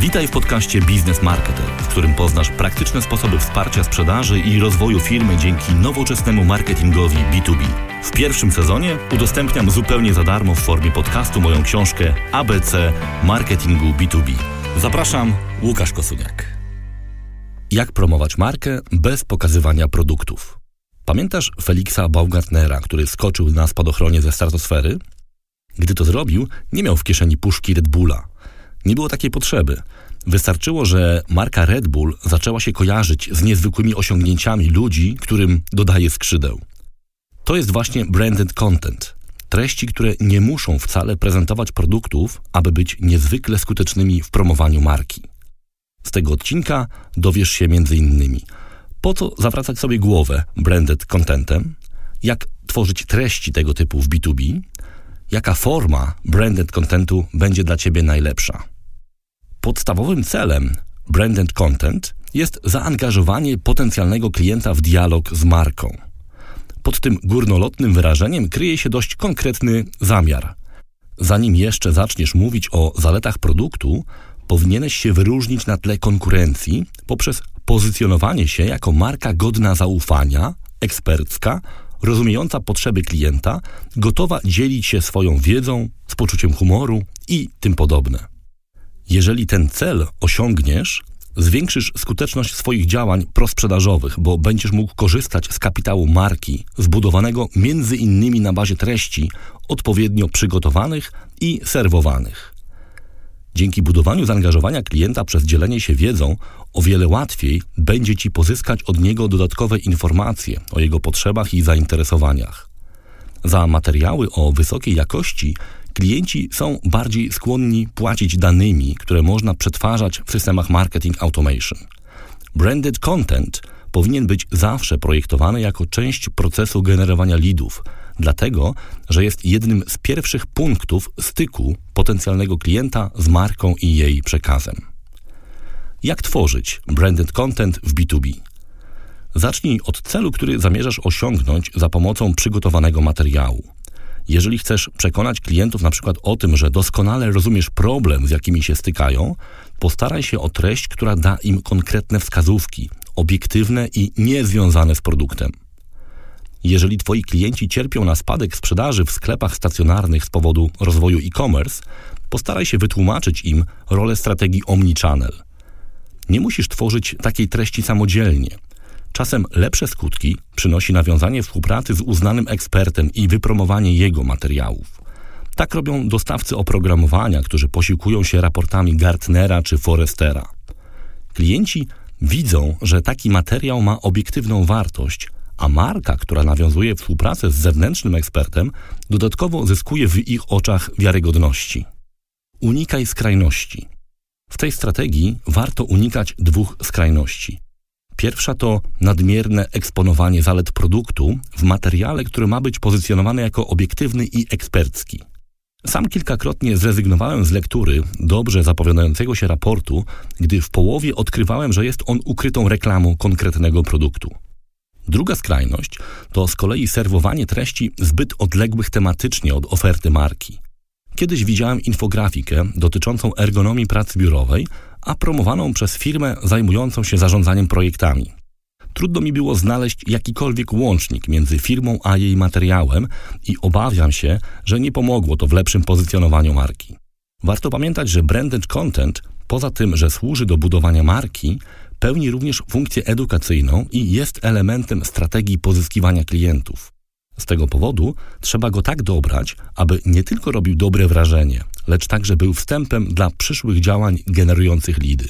Witaj w podcaście Biznes Marketer, w którym poznasz praktyczne sposoby wsparcia sprzedaży i rozwoju firmy dzięki nowoczesnemu marketingowi B2B. W pierwszym sezonie udostępniam zupełnie za darmo w formie podcastu moją książkę ABC Marketingu B2B. Zapraszam, Łukasz Kosuniak. Jak promować markę bez pokazywania produktów? Pamiętasz Felixa Baumgartnera, który skoczył na spadochronie ze stratosfery? Gdy to zrobił, nie miał w kieszeni puszki Red Bulla. Nie było takiej potrzeby. Wystarczyło, że marka Red Bull zaczęła się kojarzyć z niezwykłymi osiągnięciami ludzi, którym dodaje skrzydeł. To jest właśnie branded content. Treści, które nie muszą wcale prezentować produktów, aby być niezwykle skutecznymi w promowaniu marki. Z tego odcinka dowiesz się m.in. po co zawracać sobie głowę branded contentem, jak tworzyć treści tego typu w B2B, jaka forma branded contentu będzie dla Ciebie najlepsza. Podstawowym celem branded content jest zaangażowanie potencjalnego klienta w dialog z marką. Pod tym górnolotnym wyrażeniem kryje się dość konkretny zamiar. Zanim jeszcze zaczniesz mówić o zaletach produktu, powinieneś się wyróżnić na tle konkurencji poprzez pozycjonowanie się jako marka godna zaufania, ekspercka, rozumiejąca potrzeby klienta, gotowa dzielić się swoją wiedzą, z poczuciem humoru i tym podobne. Jeżeli ten cel osiągniesz, zwiększysz skuteczność swoich działań prosprzedażowych, bo będziesz mógł korzystać z kapitału marki, zbudowanego między innymi na bazie treści odpowiednio przygotowanych i serwowanych. Dzięki budowaniu zaangażowania klienta przez dzielenie się wiedzą, o wiele łatwiej będzie Ci pozyskać od niego dodatkowe informacje o jego potrzebach i zainteresowaniach. Za materiały o wysokiej jakości klienci są bardziej skłonni płacić danymi, które można przetwarzać w systemach marketing automation. Branded content powinien być zawsze projektowany jako część procesu generowania leadów, dlatego, że jest jednym z pierwszych punktów styku potencjalnego klienta z marką i jej przekazem. Jak tworzyć branded content w B2B? Zacznij od celu, który zamierzasz osiągnąć za pomocą przygotowanego materiału. Jeżeli chcesz przekonać klientów na przykład o tym, że doskonale rozumiesz problem, z jakimi się stykają, postaraj się o treść, która da im konkretne wskazówki, obiektywne i niezwiązane z produktem. Jeżeli Twoi klienci cierpią na spadek sprzedaży w sklepach stacjonarnych z powodu rozwoju e-commerce, postaraj się wytłumaczyć im rolę strategii omnichannel. Nie musisz tworzyć takiej treści samodzielnie. Czasem lepsze skutki przynosi nawiązanie współpracy z uznanym ekspertem i wypromowanie jego materiałów. Tak robią dostawcy oprogramowania, którzy posiłkują się raportami Gartnera czy Forrestera. Klienci widzą, że taki materiał ma obiektywną wartość, a marka, która nawiązuje współpracę z zewnętrznym ekspertem, dodatkowo zyskuje w ich oczach wiarygodności. Unikaj skrajności. W tej strategii warto unikać dwóch skrajności. Pierwsza to nadmierne eksponowanie zalet produktu w materiale, który ma być pozycjonowany jako obiektywny i ekspercki. Sam kilkakrotnie zrezygnowałem z lektury dobrze zapowiadającego się raportu, gdy w połowie odkrywałem, że jest on ukrytą reklamą konkretnego produktu. Druga skrajność to z kolei serwowanie treści zbyt odległych tematycznie od oferty marki. Kiedyś widziałem infografikę dotyczącą ergonomii pracy biurowej, a promowaną przez firmę zajmującą się zarządzaniem projektami. Trudno mi było znaleźć jakikolwiek łącznik między firmą a jej materiałem i obawiam się, że nie pomogło to w lepszym pozycjonowaniu marki. Warto pamiętać, że branded content, poza tym, że służy do budowania marki, pełni również funkcję edukacyjną i jest elementem strategii pozyskiwania klientów. Z tego powodu trzeba go tak dobrać, aby nie tylko robił dobre wrażenie, lecz także był wstępem dla przyszłych działań generujących leady.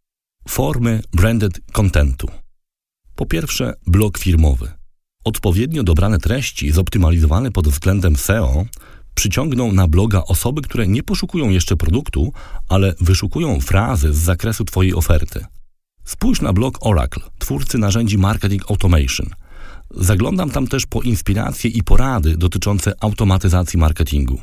Formy branded contentu. Po pierwsze, blog firmowy. Odpowiednio dobrane treści, zoptymalizowane pod względem SEO, przyciągną na bloga osoby, które nie poszukują jeszcze produktu, ale wyszukują frazy z zakresu Twojej oferty. Spójrz na blog Oracle, twórcy narzędzi marketing automation. Zaglądam tam też po inspiracje i porady dotyczące automatyzacji marketingu.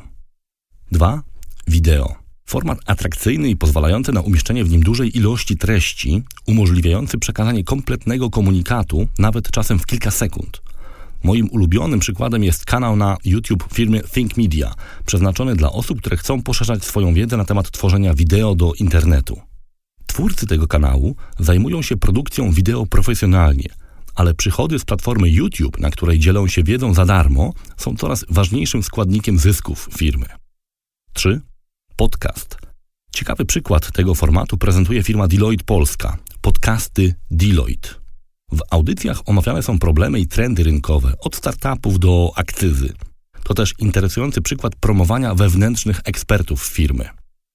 2. Wideo. Format atrakcyjny i pozwalający na umieszczenie w nim dużej ilości treści, umożliwiający przekazanie kompletnego komunikatu, nawet czasem w kilka sekund. Moim ulubionym przykładem jest kanał na YouTube firmy Think Media, przeznaczony dla osób, które chcą poszerzać swoją wiedzę na temat tworzenia wideo do internetu. Twórcy tego kanału zajmują się produkcją wideo profesjonalnie, ale przychody z platformy YouTube, na której dzielą się wiedzą za darmo, są coraz ważniejszym składnikiem zysków firmy. 3. Podcast. Ciekawy przykład tego formatu prezentuje firma Deloitte Polska. Podcasty Deloitte. W audycjach omawiane są problemy i trendy rynkowe, od startupów do akcyzy. To też interesujący przykład promowania wewnętrznych ekspertów firmy.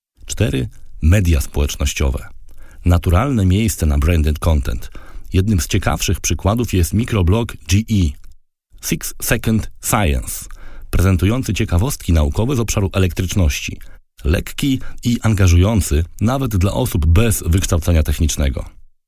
4. Media społecznościowe. Naturalne miejsce na branded content. Jednym z ciekawszych przykładów jest mikroblog GE, 6 Second Science, prezentujący ciekawostki naukowe z obszaru elektryczności. Lekki i angażujący nawet dla osób bez wykształcenia technicznego.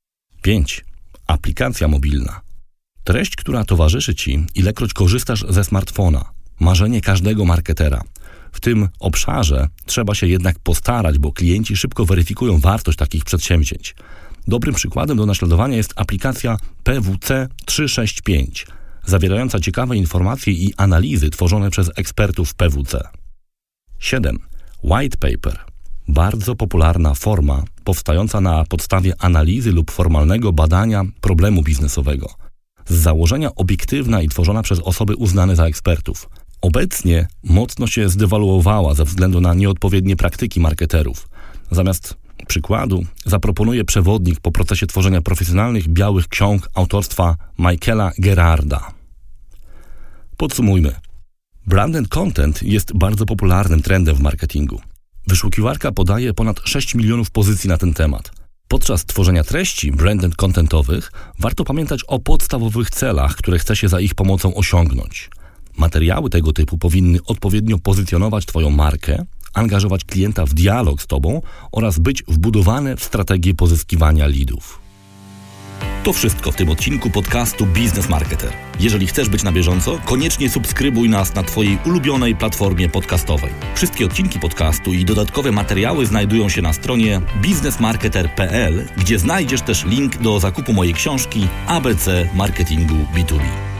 5. Aplikacja mobilna. Treść, która towarzyszy Ci, ilekroć korzystasz ze smartfona. Marzenie każdego marketera. W tym obszarze trzeba się jednak postarać, bo klienci szybko weryfikują wartość takich przedsięwzięć. Dobrym przykładem do naśladowania jest aplikacja PWC 365, zawierająca ciekawe informacje i analizy tworzone przez ekspertów PWC. 7. White paper. Bardzo popularna forma powstająca na podstawie analizy lub formalnego badania problemu biznesowego. Z założenia obiektywna i tworzona przez osoby uznane za ekspertów. Obecnie mocno się zdewaluowała ze względu na nieodpowiednie praktyki marketerów. Zamiast przykładu zaproponuję przewodnik po procesie tworzenia profesjonalnych białych ksiąg autorstwa Michaela Gerarda. Podsumujmy. Branded content jest bardzo popularnym trendem w marketingu. Wyszukiwarka podaje ponad 6 milionów pozycji na ten temat. Podczas tworzenia treści branded contentowych warto pamiętać o podstawowych celach, które chce się za ich pomocą osiągnąć. Materiały tego typu powinny odpowiednio pozycjonować Twoją markę, angażować klienta w dialog z Tobą oraz być wbudowane w strategię pozyskiwania leadów. To wszystko w tym odcinku podcastu Biznes Marketer. Jeżeli chcesz być na bieżąco, koniecznie subskrybuj nas na Twojej ulubionej platformie podcastowej. Wszystkie odcinki podcastu i dodatkowe materiały znajdują się na stronie biznesmarketer.pl, gdzie znajdziesz też link do zakupu mojej książki ABC Marketingu B2B.